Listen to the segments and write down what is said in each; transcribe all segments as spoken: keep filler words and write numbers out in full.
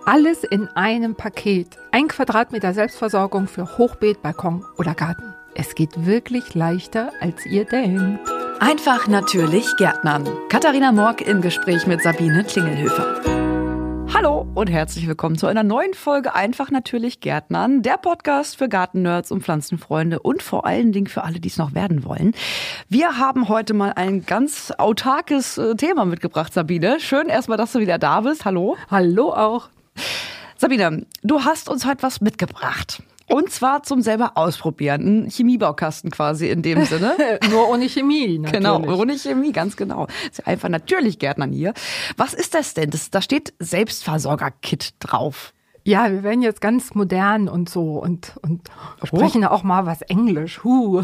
Alles in einem Paket. Ein Quadratmeter Selbstversorgung für Hochbeet, Balkon oder Garten. Es geht wirklich leichter, als ihr denkt. Einfach natürlich Gärtnern. Katharina Morg im Gespräch mit Sabine Klingelhöfer. Hallo und herzlich willkommen zu einer neuen Folge Einfach natürlich Gärtnern, der Podcast für Gartennerds und Pflanzenfreunde und vor allen Dingen für alle, die es noch werden wollen. Wir haben heute mal ein ganz autarkes Thema mitgebracht, Sabine. Schön erstmal, dass du wieder da bist. Hallo. Hallo auch. Sabine, du hast uns heute was mitgebracht. Und zwar zum selber ausprobieren. Ein Chemiebaukasten quasi in dem Sinne. Nur ohne Chemie, natürlich. Genau, ohne Chemie, ganz genau. Ist ja einfach natürlich Gärtnern hier. Was ist das denn? Das, da steht Selbstversorger-Kit drauf. Ja, wir werden jetzt ganz modern und so und, und sprechen auch mal was Englisch. Huh.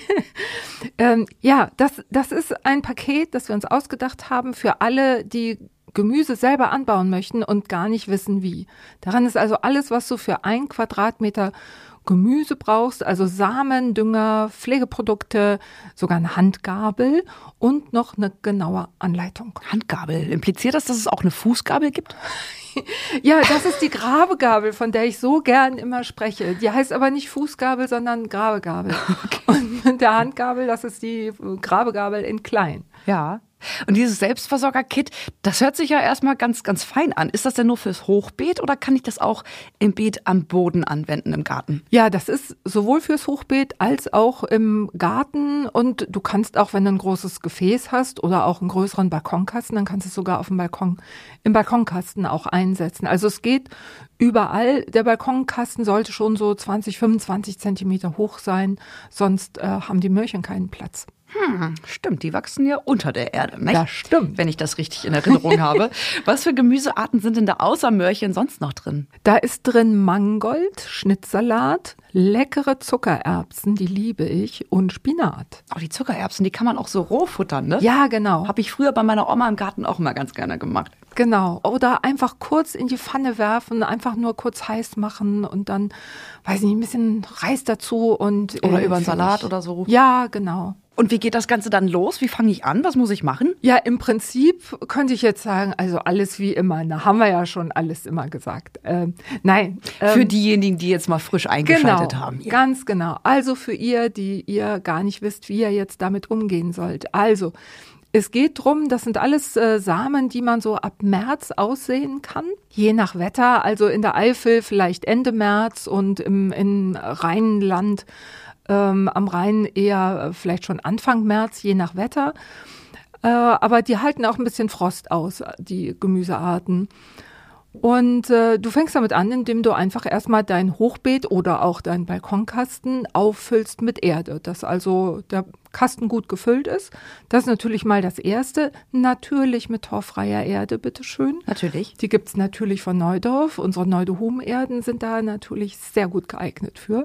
ähm, ja, das, das ist ein Paket, das wir uns ausgedacht haben für alle, die Gemüse selber anbauen möchten und gar nicht wissen, wie. Daran ist also alles, was du für ein Quadratmeter Gemüse brauchst, also Samen, Dünger, Pflegeprodukte, sogar eine Handgabel und noch eine genaue Anleitung. Handgabel, impliziert das, dass es auch eine Fußgabel gibt? Ja, das ist die Grabegabel, von der ich so gern immer spreche. Die heißt aber nicht Fußgabel, sondern Grabegabel. Okay. Und mit der Handgabel, das ist die Grabegabel in klein. Ja. Und dieses Selbstversorger-Kit, das hört sich ja erstmal ganz, ganz fein an. Ist das denn nur fürs Hochbeet oder kann ich das auch im Beet am Boden anwenden im Garten? Ja, das ist sowohl fürs Hochbeet als auch im Garten. Und du kannst auch, wenn du ein großes Gefäß hast oder auch einen größeren Balkonkasten, dann kannst du es sogar auf dem Balkon, im Balkonkasten auch einsetzen. Also es geht überall. Der Balkonkasten sollte schon so zwanzig, fünfundzwanzig Zentimeter hoch sein, sonst äh, haben die Möhrchen keinen Platz. Hm, stimmt, die wachsen ja unter der Erde, nicht? Das stimmt. Wenn ich das richtig in Erinnerung habe. Was für Gemüsearten sind denn da außer Möhrchen sonst noch drin? Da ist drin Mangold, Schnittsalat, leckere Zuckererbsen, die liebe ich, und Spinat. Oh, die Zuckererbsen, die kann man auch so roh futtern, ne? Ja, genau. Habe ich früher bei meiner Oma im Garten auch immer ganz gerne gemacht. Genau. Oder einfach kurz in die Pfanne werfen, einfach nur kurz heiß machen und dann, weiß ich nicht, ein bisschen Reis dazu und Oder äh, über einen Salat oder so. Ja, genau. Und wie geht das Ganze dann los? Wie fange ich an? Was muss ich machen? Ja, im Prinzip könnte ich jetzt sagen, also alles wie immer. Da haben wir ja schon alles immer gesagt. Ähm, nein. Ähm, für diejenigen, die jetzt mal frisch eingeschaltet genau, haben. Hier. Ganz genau. Also für ihr, die ihr gar nicht wisst, wie ihr jetzt damit umgehen sollt. Also es geht drum, das sind alles äh, Samen, die man so ab März aussehen kann. Je nach Wetter, also in der Eifel vielleicht Ende März und im in Rheinland ähm, am Rhein eher äh, vielleicht schon Anfang März, je nach Wetter. Äh, aber die halten auch ein bisschen Frost aus, die Gemüsearten. Und äh, du fängst damit an, indem du einfach erstmal dein Hochbeet oder auch deinen Balkonkasten auffüllst mit Erde, dass also der Kasten gut gefüllt ist. Das ist natürlich mal das Erste. Natürlich mit torffreier Erde, bitteschön. Natürlich. Die gibt's natürlich von Neudorf. Unsere Neudohum-Erden sind da natürlich sehr gut geeignet für.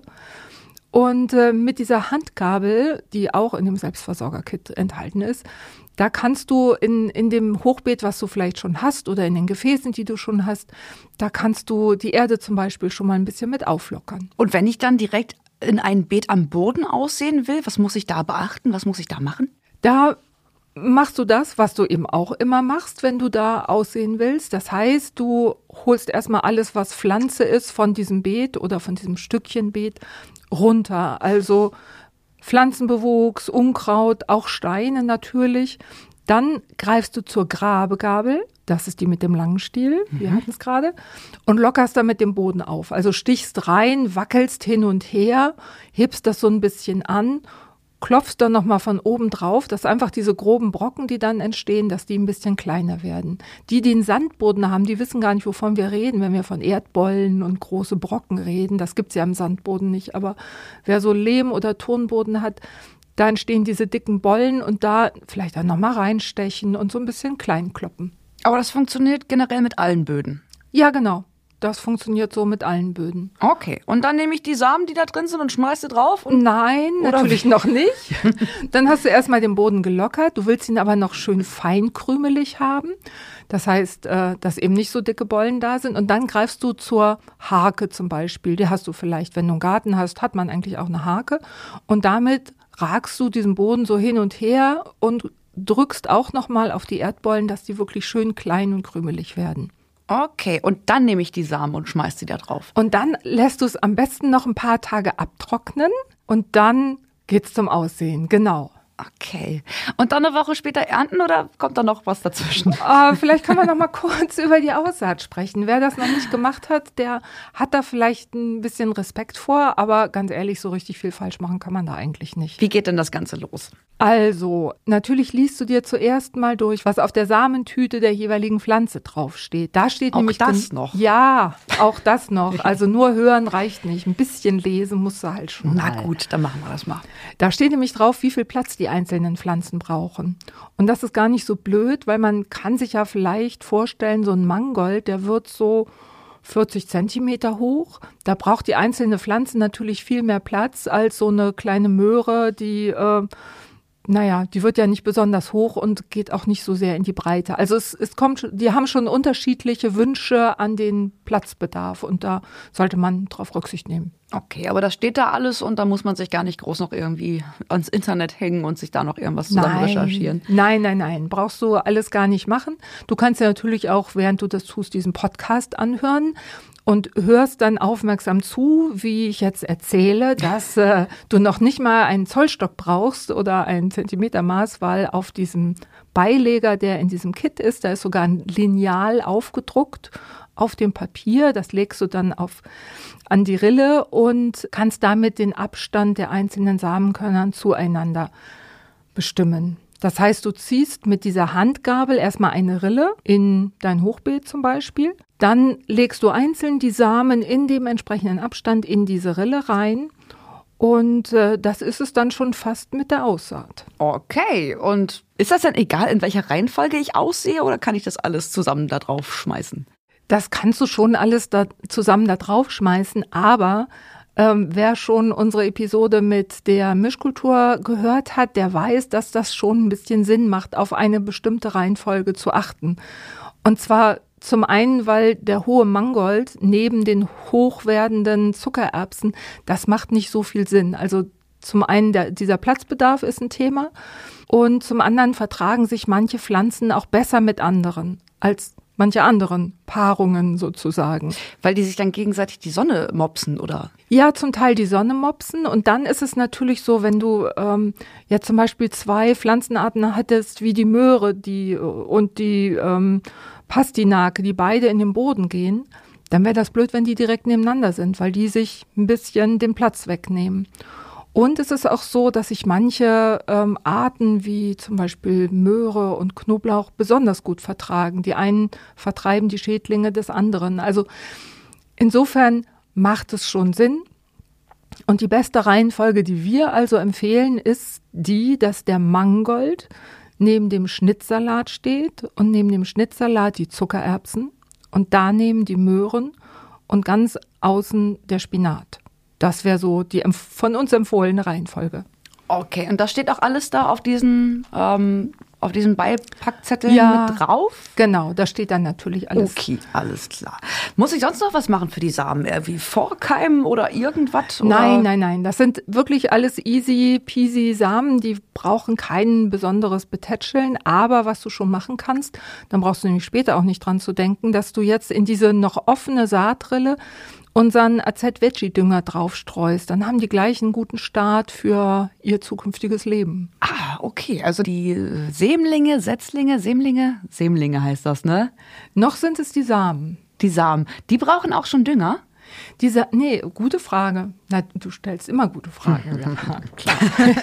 Und äh, mit dieser Handgabel, die auch in dem Selbstversorger-Kit enthalten ist, da kannst du in, in dem Hochbeet, was du vielleicht schon hast oder in den Gefäßen, die du schon hast, da kannst du die Erde zum Beispiel schon mal ein bisschen mit auflockern. Und wenn ich dann direkt in ein Beet am Boden aussehen will, was muss ich da beachten? Was muss ich da machen? Da machst du das, was du eben auch immer machst, wenn du da aussehen willst. Das heißt, du holst erstmal alles, was Pflanze ist, von diesem Beet oder von diesem Stückchen Beet runter. Also Pflanzenbewuchs, Unkraut, auch Steine natürlich. Dann greifst du zur Grabegabel, das ist die mit dem langen Stiel, wir hatten es gerade, und lockerst damit den Boden auf. Also stichst rein, wackelst hin und her, hebst das so ein bisschen an, klopfst dann nochmal von oben drauf, dass einfach diese groben Brocken, die dann entstehen, dass die ein bisschen kleiner werden. Die, die einen Sandboden haben, die wissen gar nicht, wovon wir reden, wenn wir von Erdbollen und große Brocken reden. Das gibt's ja im Sandboden nicht. Aber wer so Lehm- oder Tonboden hat, da entstehen diese dicken Bollen und da vielleicht dann nochmal reinstechen und so ein bisschen klein kloppen. Aber das funktioniert generell mit allen Böden? Ja, genau. Das funktioniert so mit allen Böden. Okay. Und dann nehme ich die Samen, die da drin sind, und schmeiße sie drauf? Und Nein, Oder natürlich wie? noch nicht. Dann hast du erstmal den Boden gelockert. Du willst ihn aber noch schön feinkrümelig haben. Das heißt, äh, dass eben nicht so dicke Bollen da sind. Und dann greifst du zur Hake zum Beispiel. Die hast du vielleicht, wenn du einen Garten hast, hat man eigentlich auch eine Hake. Und damit ragst du diesen Boden so hin und her und drückst auch nochmal auf die Erdbollen, dass die wirklich schön klein und krümelig werden. Okay, und dann nehme ich die Samen und schmeiß sie da drauf. Und dann lässt du es am besten noch ein paar Tage abtrocknen und dann geht's zum Aussehen, genau. Okay. Und dann eine Woche später ernten oder kommt da noch was dazwischen? Uh, vielleicht können wir noch mal kurz über die Aussaat sprechen. Wer das noch nicht gemacht hat, der hat da vielleicht ein bisschen Respekt vor, aber ganz ehrlich, so richtig viel falsch machen kann man da eigentlich nicht. Wie geht denn das Ganze los? Also, natürlich liest du dir zuerst mal durch, was auf der Samentüte der jeweiligen Pflanze draufsteht. Da steht auch nämlich das den, noch? Ja, auch das noch. Also nur hören reicht nicht. Ein bisschen lesen musst du halt schon. Na mal. gut, dann machen wir das mal. Da steht nämlich drauf, wie viel Platz die einzelnen Pflanzen brauchen. Und das ist gar nicht so blöd, weil man kann sich ja vielleicht vorstellen, so ein Mangold, der wird so vierzig Zentimeter hoch. Da braucht die einzelne Pflanze natürlich viel mehr Platz als so eine kleine Möhre, die äh, Naja, die wird ja nicht besonders hoch und geht auch nicht so sehr in die Breite. Also es, es kommt, die haben schon unterschiedliche Wünsche an den Platzbedarf und da sollte man drauf Rücksicht nehmen. Okay, aber das steht da alles und da muss man sich gar nicht groß noch irgendwie ans Internet hängen und sich da noch irgendwas zusammen nein, recherchieren. Nein, nein, nein, brauchst du alles gar nicht machen. Du kannst ja natürlich auch, während du das tust, diesen Podcast anhören. Und hörst dann aufmerksam zu, wie ich jetzt erzähle, dass äh, du noch nicht mal einen Zollstock brauchst oder ein Zentimetermaß, weil auf diesem Beileger, der in diesem Kit ist, da ist sogar ein Lineal aufgedruckt auf dem Papier. Das legst du dann auf an die Rille und kannst damit den Abstand der einzelnen Samenkörnern zueinander bestimmen. Das heißt, du ziehst mit dieser Handgabel erstmal eine Rille in dein Hochbeet zum Beispiel. Dann legst du einzeln die Samen in dem entsprechenden Abstand in diese Rille rein. Und äh, das ist es dann schon fast mit der Aussaat. Okay, und ist das denn egal, in welcher Reihenfolge ich aussehe oder kann ich das alles zusammen da drauf schmeißen? Das kannst du schon alles da zusammen da drauf schmeißen, aber Ähm, wer schon unsere Episode mit der Mischkultur gehört hat, der weiß, dass das schon ein bisschen Sinn macht, auf eine bestimmte Reihenfolge zu achten. Und zwar zum einen, weil der hohe Mangold neben den hochwerdenden Zuckererbsen, das macht nicht so viel Sinn. Also zum einen, der, dieser Platzbedarf ist ein Thema und zum anderen vertragen sich manche Pflanzen auch besser mit anderen als manche anderen Paarungen sozusagen. Weil die sich dann gegenseitig die Sonne mopsen, oder? Ja, zum Teil die Sonne mopsen. Und dann ist es natürlich so, wenn du ähm, ja zum Beispiel zwei Pflanzenarten hattest, wie die Möhre die und die ähm, Pastinake, die beide in den Boden gehen, dann wäre das blöd, wenn die direkt nebeneinander sind, weil die sich ein bisschen den Platz wegnehmen. Und es ist auch so, dass sich manche ähm, Arten wie zum Beispiel Möhre und Knoblauch besonders gut vertragen. Die einen vertreiben die Schädlinge des anderen. Also insofern macht es schon Sinn. Und die beste Reihenfolge, die wir also empfehlen, ist die, dass der Mangold neben dem Schnittsalat steht und neben dem Schnittsalat die Zuckererbsen und daneben die Möhren und ganz außen der Spinat. Das wäre so die von uns empfohlene Reihenfolge. Okay, und das steht auch alles da auf diesen, ähm, auf diesen Beipackzetteln ja, mit drauf? Genau, da steht dann natürlich alles. Okay, alles klar. Muss ich sonst noch was machen für die Samen? Wie vorkeimen oder irgendwas? Oder? Nein, nein, nein. Das sind wirklich alles easy peasy Samen. Die brauchen kein besonderes Betätscheln. Aber was du schon machen kannst, dann brauchst du nämlich später auch nicht dran zu denken, dass du jetzt in diese noch offene Saatrille unseren A Z-Veggie-Dünger draufstreust, dann haben die gleich einen guten Start für ihr zukünftiges Leben. Ah, okay. Also die Sämlinge, Setzlinge, Sämlinge, Sämlinge heißt das, ne? Noch sind es die Samen. Die Samen. Die brauchen auch schon Dünger? Diese, nee, gute Frage. Na, du stellst immer gute Fragen. Ja, klar.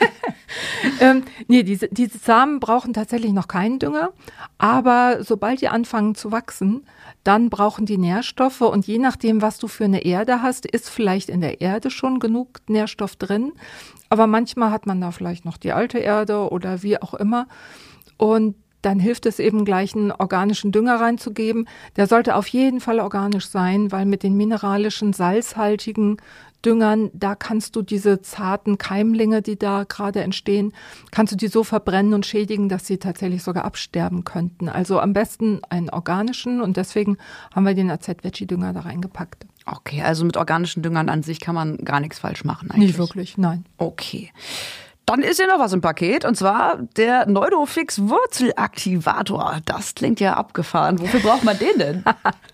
ähm, nee, diese, diese Samen brauchen tatsächlich noch keinen Dünger, aber sobald die anfangen zu wachsen, dann brauchen die Nährstoffe und je nachdem, was du für eine Erde hast, ist vielleicht in der Erde schon genug Nährstoff drin, aber manchmal hat man da vielleicht noch die alte Erde oder wie auch immer und dann hilft es eben gleich, einen organischen Dünger reinzugeben. Der sollte auf jeden Fall organisch sein, weil mit den mineralischen, salzhaltigen Düngern, da kannst du diese zarten Keimlinge, die da gerade entstehen, kannst du die so verbrennen und schädigen, dass sie tatsächlich sogar absterben könnten. Also am besten einen organischen und deswegen haben wir den A Z-Veggie-Dünger da reingepackt. Okay, also mit organischen Düngern an sich kann man gar nichts falsch machen eigentlich. Nicht wirklich, nein. Okay. Dann ist hier noch was im Paket, und zwar der Neurofix Wurzelaktivator. Das klingt ja abgefahren. Wofür braucht man den denn?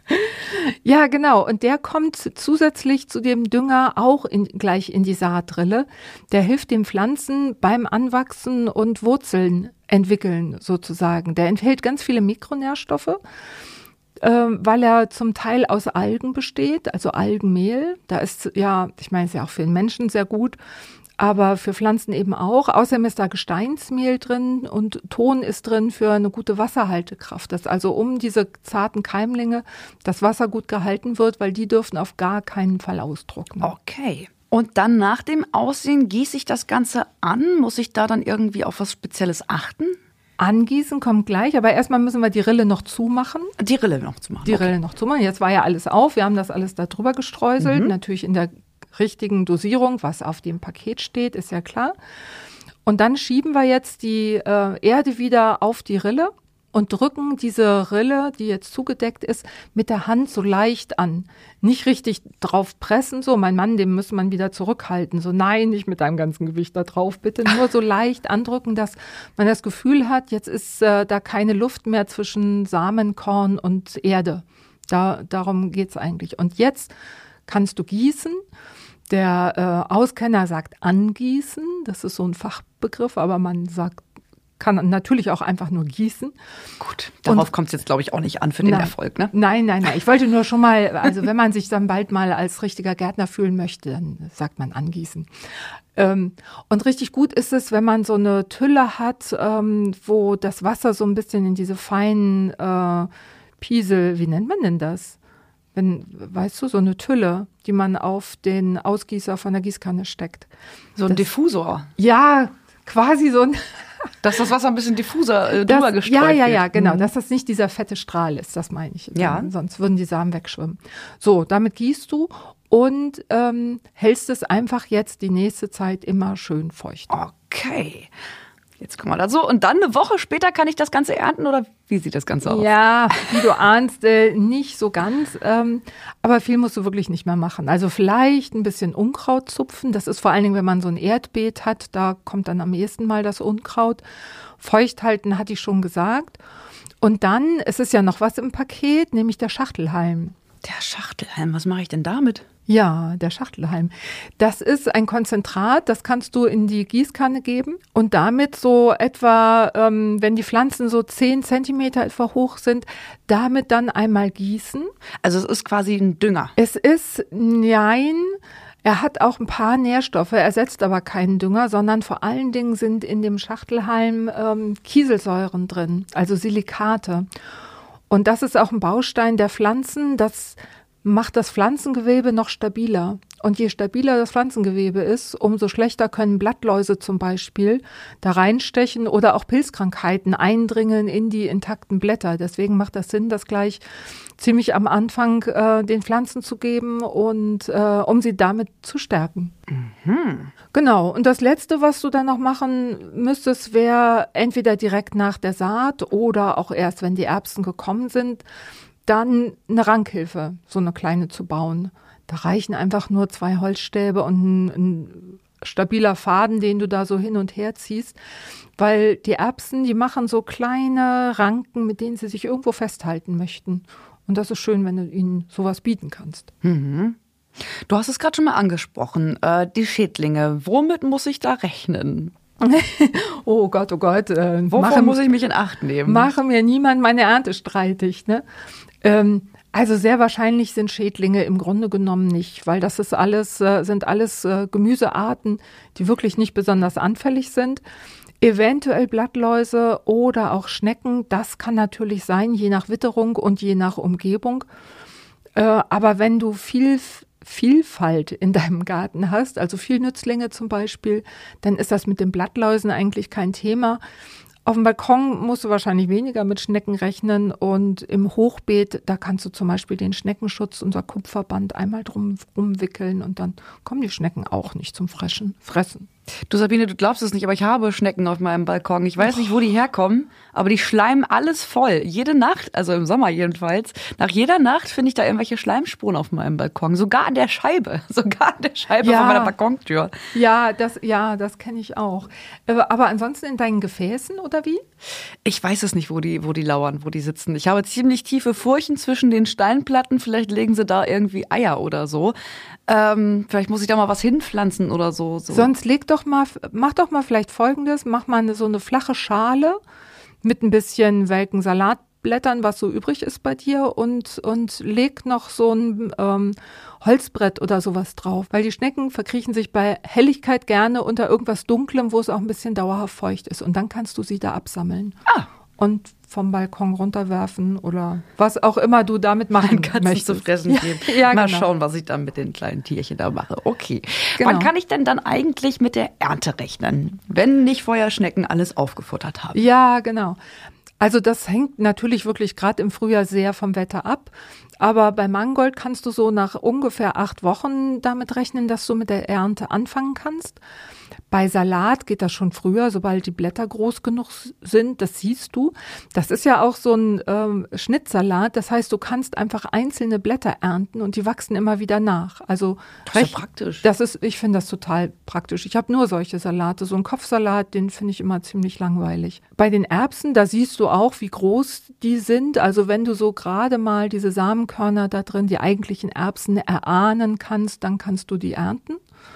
Ja, genau. Und der kommt zusätzlich zu dem Dünger auch in, gleich in die Saatrille. Der hilft den Pflanzen beim Anwachsen und Wurzeln entwickeln sozusagen. Der enthält ganz viele Mikronährstoffe, äh, weil er zum Teil aus Algen besteht, also Algenmehl. Da ist ja, ich meine, ist ja auch für den Menschen sehr gut, aber für Pflanzen eben auch. Außerdem ist da Gesteinsmehl drin und Ton ist drin für eine gute Wasserhaltekraft. Dass also um diese zarten Keimlinge das Wasser gut gehalten wird, weil die dürfen auf gar keinen Fall austrocknen. Okay. Und dann nach dem Aussehen gieße ich das Ganze an? Muss ich da dann irgendwie auf was Spezielles achten? Angießen kommt gleich, aber erstmal müssen wir die Rille noch zumachen. Die Rille noch zumachen. Die okay. Rille noch zumachen. Jetzt war ja alles auf. Wir haben das alles da drüber gestreuselt. Mhm. Natürlich in der richtigen Dosierung, was auf dem Paket steht, ist ja klar. Und dann schieben wir jetzt die äh, Erde wieder auf die Rille und drücken diese Rille, die jetzt zugedeckt ist, mit der Hand so leicht an. Nicht richtig drauf pressen, so, mein Mann, den muss man wieder zurückhalten. So, nein, nicht mit deinem ganzen Gewicht da drauf, bitte. Nur so leicht andrücken, dass man das Gefühl hat, jetzt ist äh, da keine Luft mehr zwischen Samenkorn und Erde. Da, darum geht's eigentlich. Und jetzt kannst du gießen. Der äh, Auskenner sagt angießen, das ist so ein Fachbegriff, aber man sagt, kann natürlich auch einfach nur gießen. Gut, darauf kommt es jetzt, glaube ich, auch nicht an für den nein, Erfolg, ne? Nein, nein, nein. Ich wollte nur schon mal, also wenn man sich dann bald mal als richtiger Gärtner fühlen möchte, dann sagt man angießen. Ähm, und richtig gut ist es, wenn man so eine Tülle hat, ähm, wo das Wasser so ein bisschen in diese feinen äh, Piesel, wie nennt man denn das? Wenn, weißt du, so eine Tülle, die man auf den Ausgießer von der Gießkanne steckt. So ein das, Diffusor. Ja, quasi so ein... Dass das Wasser ein bisschen diffuser äh, drüber das, gestreut Ja, ja, wird. ja, genau. Mhm. Dass das nicht dieser fette Strahl ist, das meine ich. Ja. Sonst würden die Samen wegschwimmen. So, damit gießt du und ähm, hältst es einfach jetzt die nächste Zeit immer schön feucht. Okay. Jetzt kommen wir da so. Und dann eine Woche später kann ich das Ganze ernten, oder wie sieht das Ganze aus? Ja, wie du ahnst, äh, nicht so ganz. Ähm, aber viel musst du wirklich nicht mehr machen. Also vielleicht ein bisschen Unkraut zupfen. Das ist vor allen Dingen, wenn man so ein Erdbeet hat, da kommt dann am ehesten mal das Unkraut. Feucht halten, hatte ich schon gesagt. Und dann, es ist ja noch was im Paket, nämlich der Schachtelhalm. Der Schachtelhalm, was mache ich denn damit? Ja, der Schachtelhalm. Das ist ein Konzentrat, das kannst du in die Gießkanne geben und damit so etwa, ähm, wenn die Pflanzen so zehn Zentimeter etwa hoch sind, damit dann einmal gießen. Also es ist quasi ein Dünger. Es ist, nein, er hat auch ein paar Nährstoffe, ersetzt aber keinen Dünger, sondern vor allen Dingen sind in dem Schachtelhalm ähm, Kieselsäuren drin, also Silikate. Und das ist auch ein Baustein der Pflanzen, das macht das Pflanzengewebe noch stabiler. Und je stabiler das Pflanzengewebe ist, umso schlechter können Blattläuse zum Beispiel da reinstechen oder auch Pilzkrankheiten eindringen in die intakten Blätter. Deswegen macht das Sinn, das gleich ziemlich am Anfang äh, den Pflanzen zu geben und äh, um sie damit zu stärken. Mhm. Genau. Und das Letzte, was du dann noch machen müsstest, wäre entweder direkt nach der Saat oder auch erst, wenn die Erbsen gekommen sind, dann eine Rankhilfe, so eine kleine zu bauen. Da reichen einfach nur zwei Holzstäbe und ein, ein stabiler Faden, den du da so hin und her ziehst, weil die Erbsen, die machen so kleine Ranken, mit denen sie sich irgendwo festhalten möchten. Und das ist schön, wenn du ihnen sowas bieten kannst. Mhm. Du hast es gerade schon mal angesprochen, äh, die Schädlinge. Womit muss ich da rechnen? Oh Gott, oh Gott. Äh, Wovor mache, muss ich mich in Acht nehmen? Mache mir niemand meine Ernte streitig, ne? Ähm, also sehr wahrscheinlich sind Schädlinge im Grunde genommen nicht, weil das ist alles, äh, sind alles äh, Gemüsearten, die wirklich nicht besonders anfällig sind. Eventuell Blattläuse oder auch Schnecken, das kann natürlich sein, je nach Witterung und je nach Umgebung. Äh, aber wenn du viel Vielfalt in deinem Garten hast, also viel Nützlinge zum Beispiel, dann ist das mit den Blattläusen eigentlich kein Thema. Auf dem Balkon musst du wahrscheinlich weniger mit Schnecken rechnen und im Hochbeet, da kannst du zum Beispiel den Schneckenschutz, unser Kupferband, einmal drum rumwickeln und dann kommen die Schnecken auch nicht zum Fressen. Fressen. Du Sabine, du glaubst es nicht, aber ich habe Schnecken auf meinem Balkon. Ich weiß nicht, wo die herkommen, aber die schleimen alles voll. Jede Nacht, also im Sommer jedenfalls, nach jeder Nacht finde ich da irgendwelche Schleimspuren auf meinem Balkon. Sogar an der Scheibe, sogar an der Scheibe Ja. von meiner Balkontür. Ja, das, ja, das kenne ich auch. Aber ansonsten in deinen Gefäßen oder wie? Ich weiß es nicht, wo die, wo die lauern, wo die sitzen. Ich habe ziemlich tiefe Furchen zwischen den Steinplatten. Vielleicht legen sie da irgendwie Eier oder so. Ähm, vielleicht muss ich da mal was hinpflanzen oder so. so. Sonst leg doch mal, mach doch mal vielleicht Folgendes, mach mal eine, so eine flache Schale mit ein bisschen welken Salatblättern, was so übrig ist bei dir und, und leg noch so ein ähm, Holzbrett oder sowas drauf, weil die Schnecken verkriechen sich bei Helligkeit gerne unter irgendwas Dunklem, wo es auch ein bisschen dauerhaft feucht ist und dann kannst du sie da absammeln. Ah. Und vom Balkon runterwerfen oder was auch immer du damit machen Katzen möchtest. zu fressen geben. Ja, ja, Mal genau. schauen, was ich dann mit den kleinen Tierchen da mache. Okay. Genau. Wann kann ich denn dann eigentlich mit der Ernte rechnen, wenn nicht Feuerschnecken alles aufgefuttert haben? Ja, genau. Also das hängt natürlich wirklich gerade im Frühjahr sehr vom Wetter ab. Aber bei Mangold kannst du so nach ungefähr acht Wochen damit rechnen, dass du mit der Ernte anfangen kannst. Bei Salat geht das schon früher, sobald die Blätter groß genug sind. Das siehst du. Das ist ja auch so ein ähm, Schnittsalat. Das heißt, du kannst einfach einzelne Blätter ernten und die wachsen immer wieder nach. Also Das ist ja praktisch. Das ist, ich finde das total praktisch. Ich habe nur solche Salate. So einen Kopfsalat, den finde ich immer ziemlich langweilig. Bei den Erbsen, da siehst du auch, wie groß die sind. Also wenn du so gerade mal diese Samenkörner da drin, die eigentlichen Erbsen erahnen kannst, dann kannst du die ernten.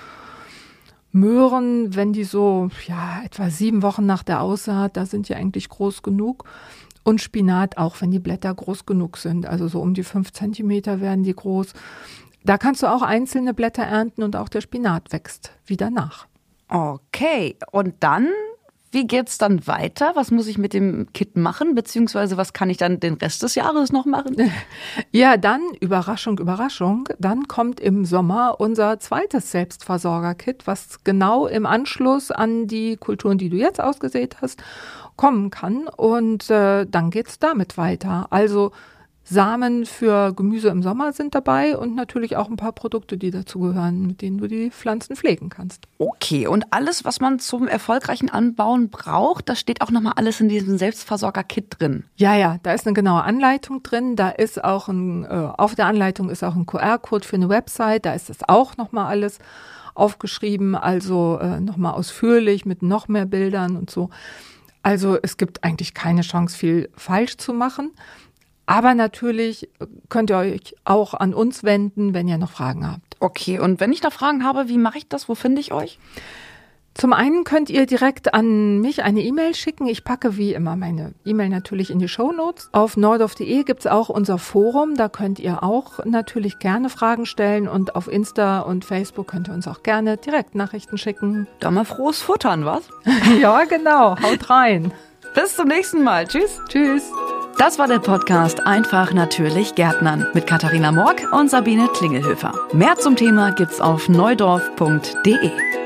Möhren, wenn die so ja etwa sieben Wochen nach der Aussaat, da sind die eigentlich groß genug. Und Spinat auch, wenn die Blätter groß genug sind. Also so um die fünf Zentimeter werden die groß. Da kannst du auch einzelne Blätter ernten und auch der Spinat wächst wieder nach. Okay, und dann, wie geht's dann weiter? Was muss ich mit dem Kit machen? Beziehungsweise was kann ich dann den Rest des Jahres noch machen? Ja, dann, Überraschung, Überraschung, dann kommt im Sommer unser zweites Selbstversorger-Kit, was genau im Anschluss an die Kulturen, die du jetzt ausgesät hast, kommen kann. Und äh, dann geht's damit weiter. Also Samen für Gemüse im Sommer sind dabei und natürlich auch ein paar Produkte, die dazugehören, mit denen du die Pflanzen pflegen kannst. Okay, und alles, was man zum erfolgreichen Anbauen braucht, das steht auch nochmal alles in diesem Selbstversorger-Kit drin. Ja, ja, da ist eine genaue Anleitung drin. Da ist auch ein, äh, auf der Anleitung ist auch ein Q R-Code für eine Website. Da ist das auch nochmal alles aufgeschrieben, also äh, nochmal ausführlich mit noch mehr Bildern und so. Also es gibt eigentlich keine Chance, viel falsch zu machen. Aber natürlich könnt ihr euch auch an uns wenden, wenn ihr noch Fragen habt. Okay, und wenn ich da Fragen habe, wie mache ich das? Wo finde ich euch? Zum einen könnt ihr direkt an mich eine E-Mail schicken. Ich packe wie immer meine E-Mail natürlich in die Shownotes. Auf nordorf punkt de gibt es auch unser Forum. Da könnt ihr auch natürlich gerne Fragen stellen. Und auf Insta und Facebook könnt ihr uns auch gerne direkt Nachrichten schicken. Da mal frohes Futtern, was? Ja, genau. Haut rein. Bis zum nächsten Mal. Tschüss. Tschüss. Das war der Podcast Einfach natürlich Gärtnern mit Katharina Morg und Sabine Klingelhöfer. Mehr zum Thema gibt's auf neudorf punkt de.